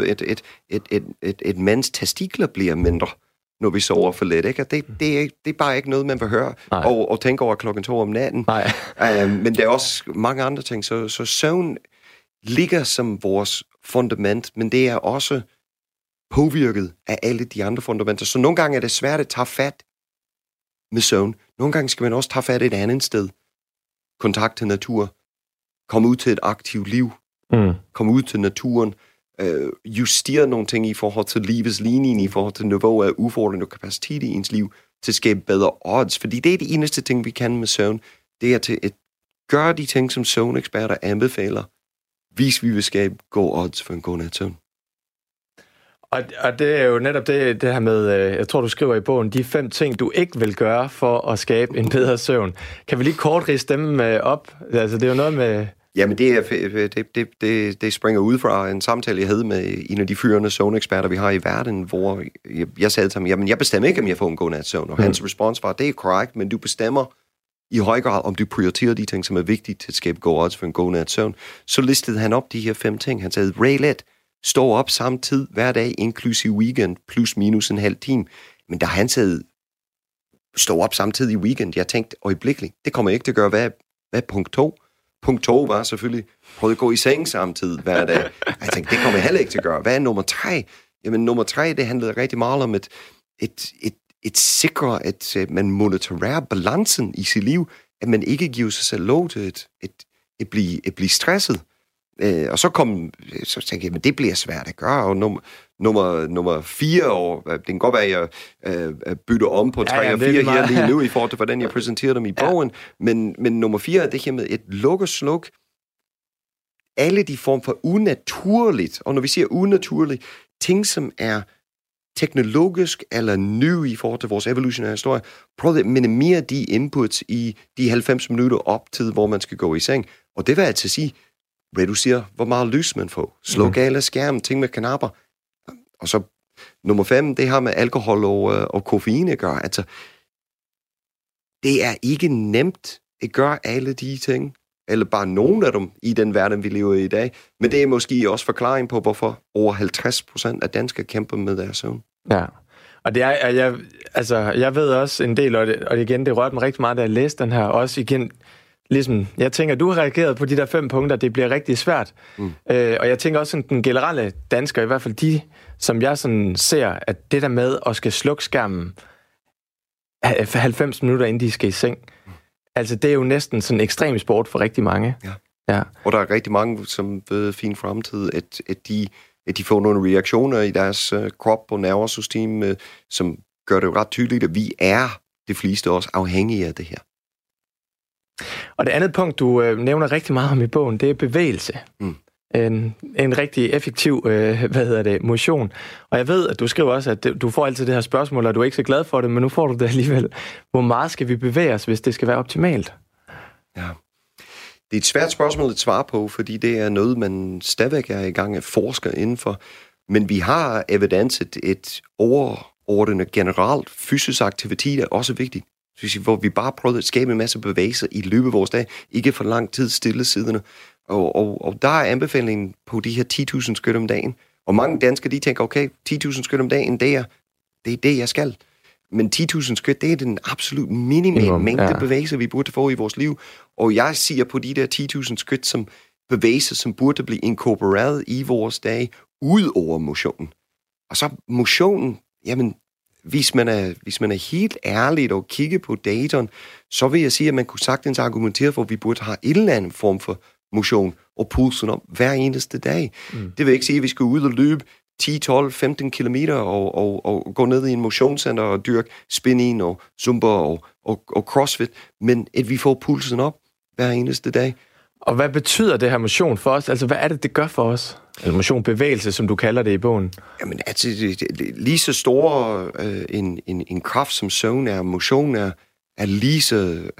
et mands testikler bliver mindre, når vi sover for lidt. Ikke? Det er bare ikke noget, man vil høre og tænke over 2:00 om natten. Men der er også mange andre ting. Så søvn ligger som vores fundament, men det er også påvirket af alle de andre fundamenter. Så nogle gange er det svært at tage fat med søvn. Nogle gange skal man også tage fat et andet sted. Kontakt til natur. Komme ud til et aktivt liv. Komme ud til naturen. Justere nogle ting i forhold til livets ligning, i forhold til niveau af udfordring og kapacitet i ens liv, til at skabe bedre odds. Fordi det er det eneste ting, vi kan med søvn. Det er til at gøre de ting, som søvneksperter anbefaler, hvis vi vil skabe gode odds for en god nat søvn. Og det er jo netop det her med, jeg tror, du skriver i bogen, de 5 ting, du ikke vil gøre for at skabe en bedre søvn. Kan vi lige kort ridse dem op? Altså, det er jo noget med... Jamen, det springer ud fra en samtale, jeg havde med en af de førende søvneksperter, vi har i verden, hvor jeg sagde til ham, jamen, jeg bestemmer ikke, om jeg får en god nat søvn. Og hans respons var, det er korrekt, men du bestemmer i høj grad, om du prioriterer de ting, som er vigtige til at skabe gode odds for en god nat søvn. Så listede han op de her 5 ting. Han sagde, regel 1, stå op samme tid hver dag, inklusive weekend, plus minus en halv time. Men da han sagde, stå op samme tid i weekend, jeg tænkte øjeblikkeligt, det kommer jeg ikke til at gøre. Hvad er punkt 2? Punkt 2 var selvfølgelig, prøv at gå i seng samtidig hver dag. Jeg tænkte, det kommer jeg heller ikke til at gøre. Hvad er nummer 3? Jamen, nummer 3, det handlede rigtig meget om et sikre, at man monitorerer balancen i sit liv, at man ikke giver sig selv lov til at blive stresset. Og så tænkte jeg, men det bliver svært at gøre. Og nummer 4, og det kan godt være, at jeg bytter om på 3 og 4 her lige nu, i forhold til, hvordan jeg præsenterer dem i bogen. Men nummer 4 er det her med et luk og sluk. Alle de form for unaturligt, og når vi siger unaturligt, ting, som er teknologisk eller ny i forhold til vores evolutionære historie, prøv at minimere de inputs i de 90 minutter op til, hvor man skal gå i seng. Og det vil jeg til at sige, reducere, hvor meget lys man får. Sluk alle skærmen, ting med knapper. Og så nummer 5, det har med alkohol og koffein at gøre. Altså, det er ikke nemt at gøre alle de ting, eller bare nogle af dem i den verden, vi lever i i dag. Men det er måske også forklaring på, hvorfor over 50% af danskere kæmper med deres søvn. Ja, og det er, jeg ved også en del, og igen, det rørte mig rigtig meget, da jeg læste den her, også igen, ligesom, jeg tænker, du har reageret på de der 5 punkter, det bliver rigtig svært. Og jeg tænker også, sådan, den generelle dansker, i hvert fald de, som jeg sådan ser, at det der med at skal slukke skærmen 90 minutter, inden de skal i seng, altså det er jo næsten sådan en ekstrem sport for rigtig mange. Ja. Og der er rigtig mange, som ved fin fremtid, at de får nogle reaktioner i deres krop og nervesystem, som gør det jo ret tydeligt, at vi er de fleste også afhængige af det her. Og det andet punkt, du nævner rigtig meget om i bogen, det er bevægelse. En rigtig effektiv motion. Og jeg ved, at du skriver også, at du får altid det her spørgsmål, og du er ikke så glad for det, men nu får du det alligevel. Hvor meget skal vi bevæge os, hvis det skal være optimalt? Ja. Det er et svært spørgsmål at svare på, fordi det er noget, man stadigvæk er i gang at forske indenfor. Men vi har evidens, et overordnet generelt fysisk aktivitet er også vigtigt. Hvor vi bare prøver at skabe en masse bevægelser i løbet af vores dag, ikke for lang tid stillesidende. Og der er anbefalingen på de her 10.000 skridt om dagen. Og mange danskere, de tænker, okay, 10.000 skridt om dagen, det er det, jeg skal. Men 10.000 skridt, det er den absolut minimum mængde bevægelser, vi burde få i vores liv. Og jeg siger på de der 10.000 skridt som bevægelser, som burde blive inkorporeret i vores dag, ud over motionen. Og så motionen, jamen, hvis man er helt ærlig og kigger på dataen, så vil jeg sige, at man kunne sagtens argumentere for, at vi burde have en eller anden form for motion og pulsen op hver eneste dag. Det vil ikke sige, at vi skal ud og løbe 10, 12, 15 kilometer og gå ned i en motionscenter og dyrke spinning og zumba og crossfit, men at vi får pulsen op hver eneste dag. Og hvad betyder det her motion for os? Altså, hvad er det gør for os? Eller motion, bevægelse, som du kalder det i bogen. Jamen, altså, lige så stor en kraft som søvn er, motion er lige så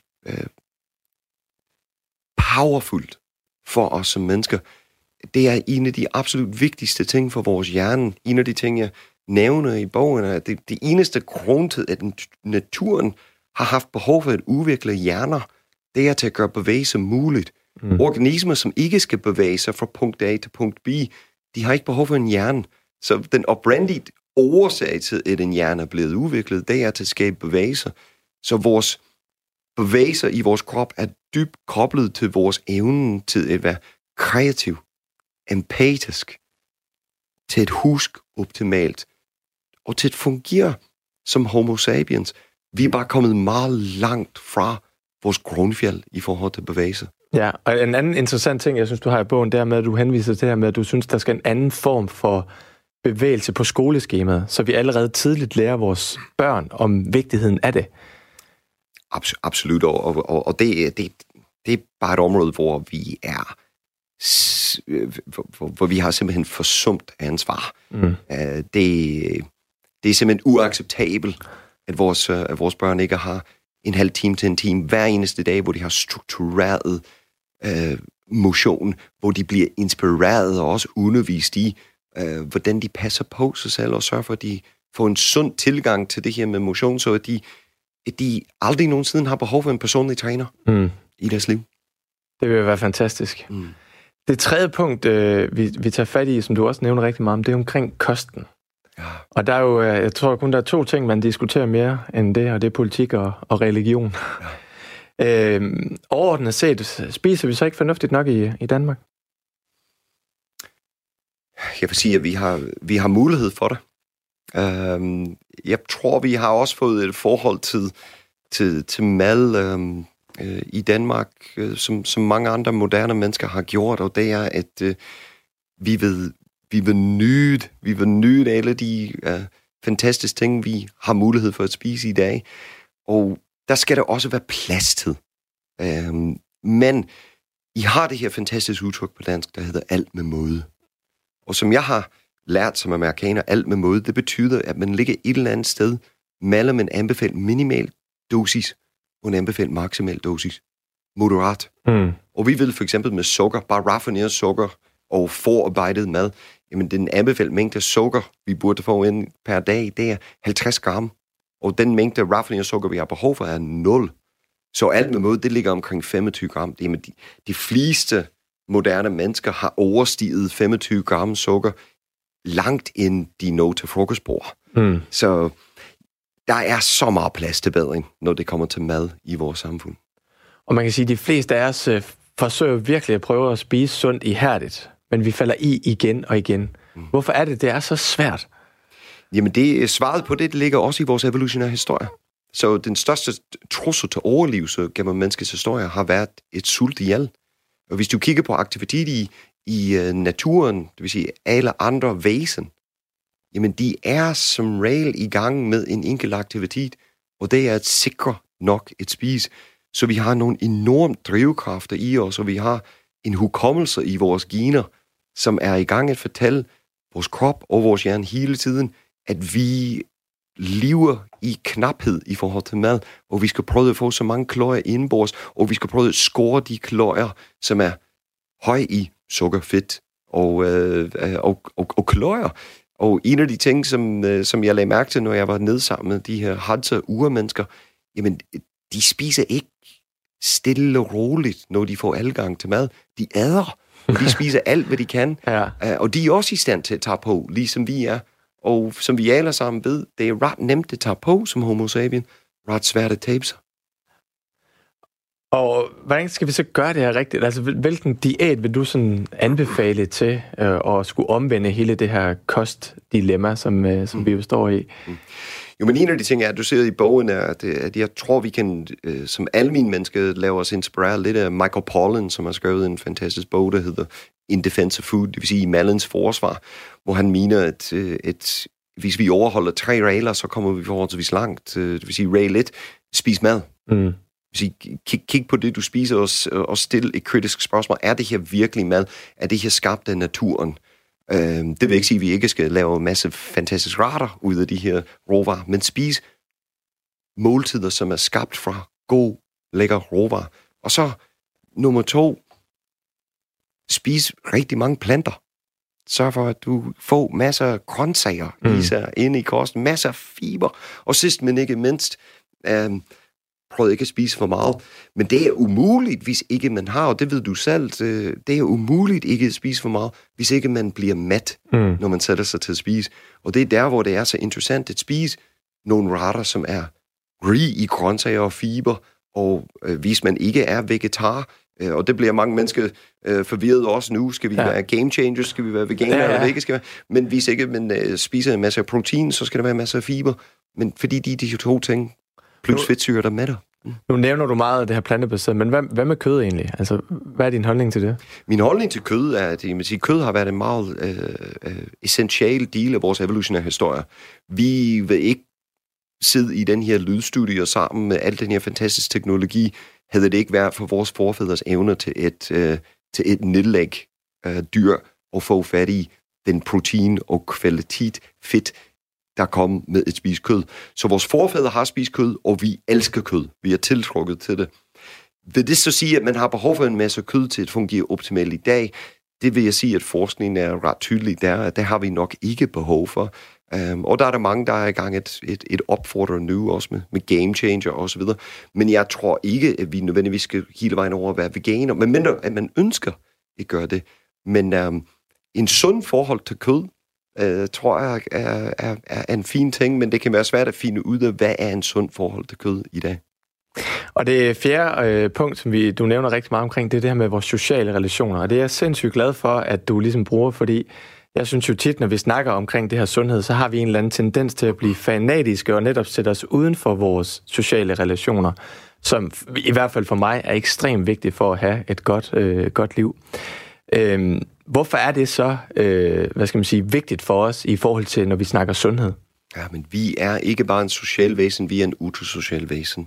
powerfult for os som mennesker. Det er en af de absolut vigtigste ting for vores hjerne. En af de ting, jeg nævner i bogen, er, at det eneste grund til, at naturen har haft behov for at udvikle hjerner, det er til at gøre bevægelse muligt. Organismer, som ikke skal bevæge sig fra punkt A til punkt B, de har ikke behov for en hjerne. Så den oprindelige årsag til, at en hjerne er blevet udviklet, det er til at skabe bevægelser. Så vores bevægelser i vores krop er dybt koblet til vores evne til at være kreativ, empatisk, til at huske optimalt, og til at fungere som homo sapiens. Vi er bare kommet meget langt fra vores grundfjeld i forhold til bevægelser. Ja, og en anden interessant ting, jeg synes, du har i bogen, det er med, at du henviser til det her med, at du synes, der skal en anden form for bevægelse på skoleskemaet, så vi allerede tidligt lærer vores børn om vigtigheden af det. Absolut, og det er bare et område, hvor vi er, hvor vi har simpelthen forsumpt ansvar. Det er simpelthen uacceptabelt, at vores børn ikke har en halv time til en time hver eneste dag, hvor de har struktureret motion, hvor de bliver inspireret og også undervist i, hvordan de passer på sig selv og sørger for, at de får en sund tilgang til det her med motion, så at de aldrig nogensinde har behov for en personlig træner i deres liv. Det vil være fantastisk. Det tredje punkt, vi tager fat i, som du også nævner rigtig meget om, det er omkring kosten. Ja. Og der er jo, jeg tror kun, der er 2 ting, man diskuterer mere end det, og det er politik og religion. Ja. Overordnet set, spiser vi så ikke fornuftigt nok i Danmark? Jeg vil sige, at vi har mulighed for det. Jeg tror, vi har også fået et forhold til mad i Danmark, som mange andre moderne mennesker har gjort, og det er, at vi vil nyde alle de fantastiske ting, vi har mulighed for at spise i dag. Og der skal der også være plads til. Men I har det her fantastiske udtryk på dansk, der hedder alt med måde. Og som jeg har lært som amerikaner, alt med måde. Det betyder, at man ligger et eller andet sted mellem en anbefalet minimal dosis og en anbefalet maksimal dosis. Moderat. Og vi ved for eksempel med sukker, bare raffineret sukker og forarbejdet mad, jamen den anbefalede mængde sukker, vi burde få ind per dag, det er 50 gram. Og den mængde raffineret sukker, vi har behov for, er 0. Så alt med måde, det ligger omkring 25 gram. Det er de fleste moderne mennesker har overstiget 25 gram sukker langt ind de når til frokostbord. Så der er så meget plads til bedring, når det kommer til mad i vores samfund. Og man kan sige, at de fleste af os forsøger virkelig at prøve at spise sundt ihærdigt, men vi falder i igen og igen. Hvorfor er det er så svært? Jamen, svaret på det ligger også i vores evolutionære historie. Så den største trussel til overlevelse gennem menneskets historie har været et sult ihjel. Og hvis du kigger på aktivitet i naturen, det vil sige alle andre væsen, jamen de er som regel i gang med en enkelt aktivitet, og det er at sikre nok et spise. Så vi har nogle enorme drivkræfter i os, og vi har en hukommelse i vores gener, som er i gang at fortælle vores krop og vores hjerne hele tiden, at vi lever i knaphed i forhold til mad, og vi skal prøve at få så mange kalorier indenbords, og vi skal prøve at score de kalorier, som er høje i sukker, fedt og kalorier. Og en af de ting, som jeg lagde mærke til, når jeg var nede sammen med de her Hadza-urmennesker, jamen, de spiser ikke stille og roligt, når de får adgang til mad. De æder, og de spiser alt, hvad de kan. Ja. Og de er også i stand til at tage på, ligesom vi er. Og som vi alle sammen ved, det er ret nemt at tage på som homo sapien, ret svært at tabe sig. Og hvordan skal vi så gøre det her rigtigt? Altså, hvilken diæt vil du sådan anbefale til at skulle omvende hele det her kostdilemma, som vi jo står i? Jo, men en af de ting er, at du ser i bogen, er, at jeg tror, vi kan, som almindelige mennesker, lave os inspirere lidt af Michael Pollan, som har skrevet en fantastisk bog, der hedder In Defense of Food, det vil sige i madens forsvar, hvor han mener, at hvis vi overholder 3 regler, så kommer vi forholdsvis langt. Det vil sige, regel 1, spis mad. Kig på det, du spiser, og stil et kritisk spørgsmål. Er det her virkelig mad? Er det her skabt af naturen? Det vil ikke sige, at vi ikke skal lave en masse fantastiske retter ud af de her råvarer, men spis måltider, som er skabt fra god, lækker råvarer. Og så nummer 2, spis rigtig mange planter. Sørg for, at du får masser af grøntsager i sig inde i kosten, masser af fiber. Og sidst, men ikke mindst, prøv ikke at spise for meget. Men det er umuligt, hvis ikke man har, og det ved du selv, det er umuligt ikke at spise for meget, hvis ikke man bliver mæt, når man sætter sig til at spise. Og det er der, hvor det er så interessant at spise nogle retter, som er rig i grøntsager og fiber, og hvis man ikke er vegetar, og det bliver mange mennesker forvirret også nu, skal vi være game changers, skal vi være veganer eller ikke skal være, men hvis ikke man spiser en masse af protein, så skal der være en masse af fiber, men fordi de 2 ting, plus fedtsyre, der mætter. Nu nævner du meget af det her plantebaseret, men hvad med kød egentlig? Altså, hvad er din holdning til det? Min holdning til kød er, at kød har været en meget essentiel del af vores evolutionære historie. Vi vil ikke sidde i den her lydstudie sammen med al den her fantastiske teknologi, havde det ikke været for vores forfædres evne til et nedlæg dyr og få fat i den protein og kvalitet fedt, der kom med et spise kød. Så vores forfædre har spist kød, og vi elsker kød. Vi er tiltrukket til det. Vil det så sige, at man har behov for en masse kød til at fungere optimalt i dag? Det vil jeg sige, at forskningen er ret tydelig der. Det har vi nok ikke behov for. Og der er der mange, der er i gang et opfordrer nu, også med game changer og så videre. Men jeg tror ikke, at vi nødvendigvis skal hele vejen over at være veganer, medmindre at man ønsker at gøre det. Men en sund forhold til kød, tror jeg er en fin ting, men det kan være svært at finde ud af, hvad er en sund forhold til kød i dag. Og det 4. punkt, som du nævner rigtig meget omkring, det er det her med vores sociale relationer. Og det er jeg sindssygt glad for, at du ligesom bruger, fordi jeg synes jo tit, når vi snakker omkring det her sundhed, så har vi en eller anden tendens til at blive fanatiske og netop sætte os uden for vores sociale relationer, som i hvert fald for mig er ekstremt vigtigt for at have et godt liv. Hvorfor er det så, vigtigt for os i forhold til, når vi snakker sundhed? Ja, men vi er ikke bare en social væsen, vi er en utrosocial væsen.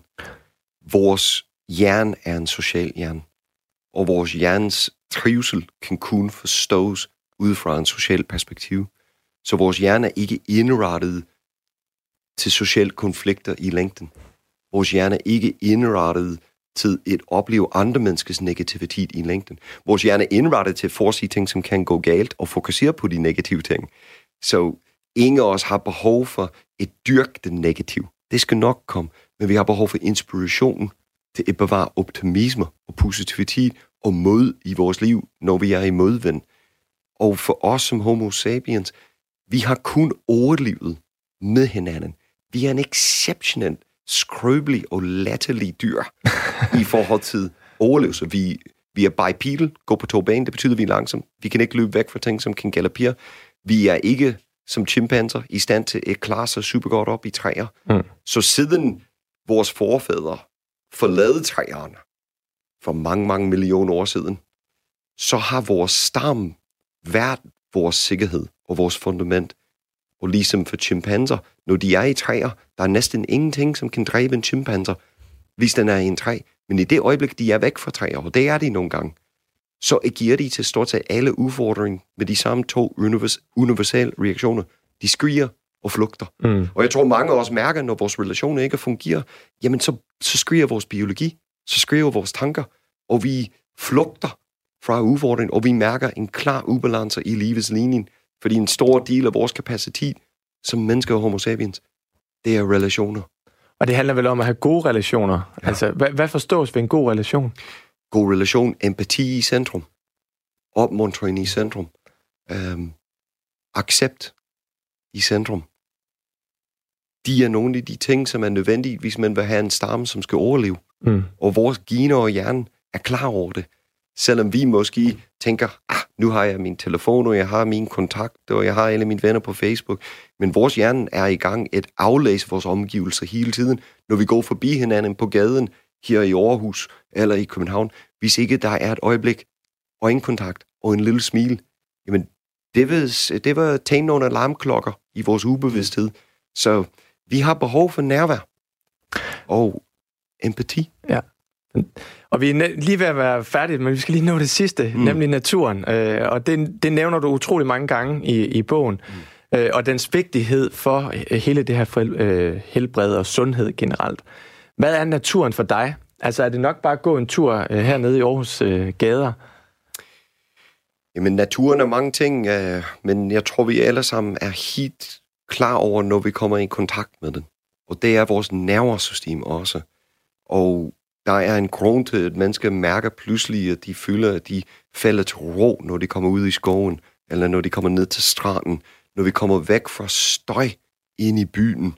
Vores hjerne er en social hjerne, og vores hjernes trivsel kan kun forstås ud fra en social perspektiv. Så vores hjerne er ikke indrettet til sociale konflikter i længden. Vores hjerne er ikke indrettet til at opleve andre menneskers negativitet i længden. Vores hjerne er indrettet til at forudsige ting, som kan gå galt, og fokusere på de negative ting. Så ingen af os har behov for at dyrke det negative. Det skal nok komme, men vi har behov for inspiration til at bevare optimisme og positivitet og mod i vores liv, når vi er i modvind. Og for os som homo sapiens, vi har kun overlevet med hinanden. Vi er en exceptionelt skrøbelig og latterlig dyr i forhold til overlevelse. Vi er bipedal, går på to ben, det betyder, at vi er langsomme. Vi kan ikke løbe væk fra ting, som kan galopere. Vi er ikke som chimpanser i stand til at klare sig super godt op i træer. Så siden vores forfædre forlade træerne for mange, mange millioner år siden, så har vores stamme været vores sikkerhed og vores fundament. Og ligesom for chimpanser, når de er i træer, der er næsten ingenting, som kan dræbe en chimpanser, hvis den er i en træ. Men i det øjeblik, de er væk fra træer, og det er de nogle gange, så agerer de til stort set alle udfordringer med de samme to universelle reaktioner. De skriger og flugter. Og jeg tror, mange af os mærker, når vores relationer ikke fungerer, jamen så skriger vores biologi, så skriger vores tanker, og vi flugter fra udfordringen, og vi mærker en klar ubalance i livets linje, fordi en stor del af vores kapacitet som mennesker og homo sapiens, det er relationer. Og det handler vel om at have gode relationer. Ja. Altså, hvad forstås ved en god relation? God relation, empati i centrum, opmuntring i centrum, accept i centrum. De er nogle af de ting, som er nødvendige, hvis man vil have en stamme, som skal overleve. Og vores gener og hjerne er klar over det. Selvom vi måske tænker, nu har jeg min telefon, og jeg har min kontakt, og jeg har alle mine venner på Facebook. Men vores hjerne er i gang at aflæse vores omgivelser hele tiden, når vi går forbi hinanden på gaden her i Aarhus eller i København. Hvis ikke der er et øjeblik, øjenkontakt og en lille smil, jamen det var tændt nogle alarmklokker i vores ubevidsthed. Så vi har behov for nærvær og empati. Ja. Og vi er lige ved at være færdige, men vi skal lige nå det sidste, nemlig naturen. Og det nævner du utrolig mange gange i bogen. Og dens vigtighed for hele det her helbred og sundhed generelt. Hvad er naturen for dig? Altså er det nok bare at gå en tur hernede i Aarhus gader? Jamen naturen er mange ting, men jeg tror vi alle sammen er helt klar over, når vi kommer i kontakt med den. Og det er vores nervesystem også. Og der er en grund til, at mennesker mærker pludselig, at de føler, at de falder til ro, når de kommer ud i skoven, eller når de kommer ned til stranden, når vi kommer væk fra støj ind i byen.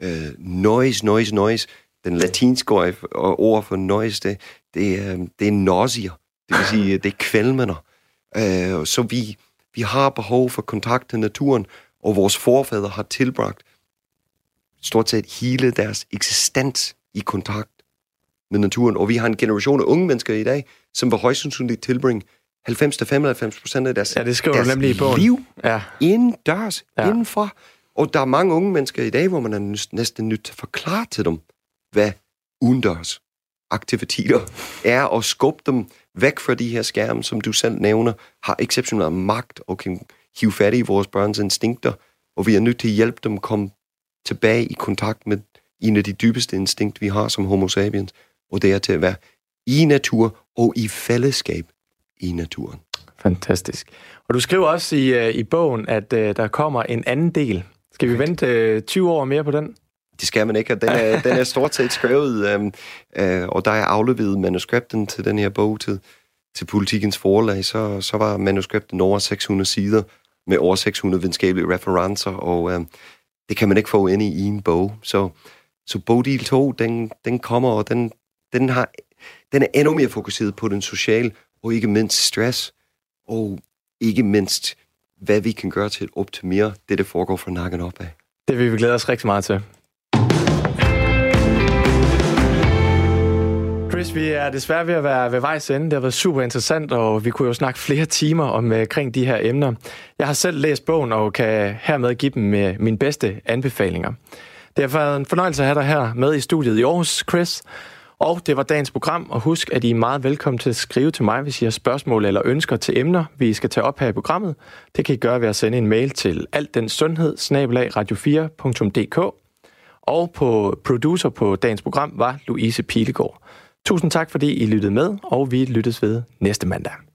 Noise. Den latinske ord for noise, det er nausea. Det vil sige, det er kvalmender. Så vi har behov for kontakt til naturen, og vores forfædre har tilbragt stort set hele deres eksistens i kontakt med naturen. Og vi har en generation af unge mennesker i dag, som vil højst sandsynligt tilbringe 90-95% af deres, liv indendørs, indenfor. Og der er mange unge mennesker i dag, hvor man er næsten nødt til at forklare til dem, hvad udendørs aktiviteter er, og skubbe dem væk fra de her skærme, som du selv nævner, har exceptionel magt og kan hive fat i vores børns instinkter, og vi er nødt til at hjælpe dem at komme tilbage i kontakt med en af de dybeste instinkt, vi har som homo sapiens, og det er til at være i natur og i fællesskab i naturen. Fantastisk. Og du skriver også i bogen, at der kommer en anden del. Skal vi vente 20 år mere på den? Det skal man ikke, og den er stort set skrevet, og der er afleveret manuskripten til den her bog til Politikens Forlag, så var manuskripten over 600 sider med over 600 videnskabelige referencer, og det kan man ikke få ind i en bog. Så bogdel 2, den kommer, og den er endnu mere fokuseret på den sociale, og ikke mindst stress, og ikke mindst, hvad vi kan gøre til at optimere det, der foregår fra nakken opad. Det vil vi glæde os rigtig meget til. Chris, vi er desværre ved at være ved vejs ende. Det har været super interessant, og vi kunne jo snakke flere timer omkring de her emner. Jeg har selv læst bogen, og kan hermed give dem mine bedste anbefalinger. Det har været en fornøjelse at have dig her med i studiet i Aarhus, Chris. Og det var dagens program, og husk, at I er meget velkommen til at skrive til mig, hvis I har spørgsmål eller ønsker til emner, vi skal tage op her i programmet. Det kan I gøre ved at sende en mail til altdensundhed@radio4.dk. Og producer på dagens program var Louise Pilegaard. Tusind tak, fordi I lyttede med, og vi lyttes ved næste mandag.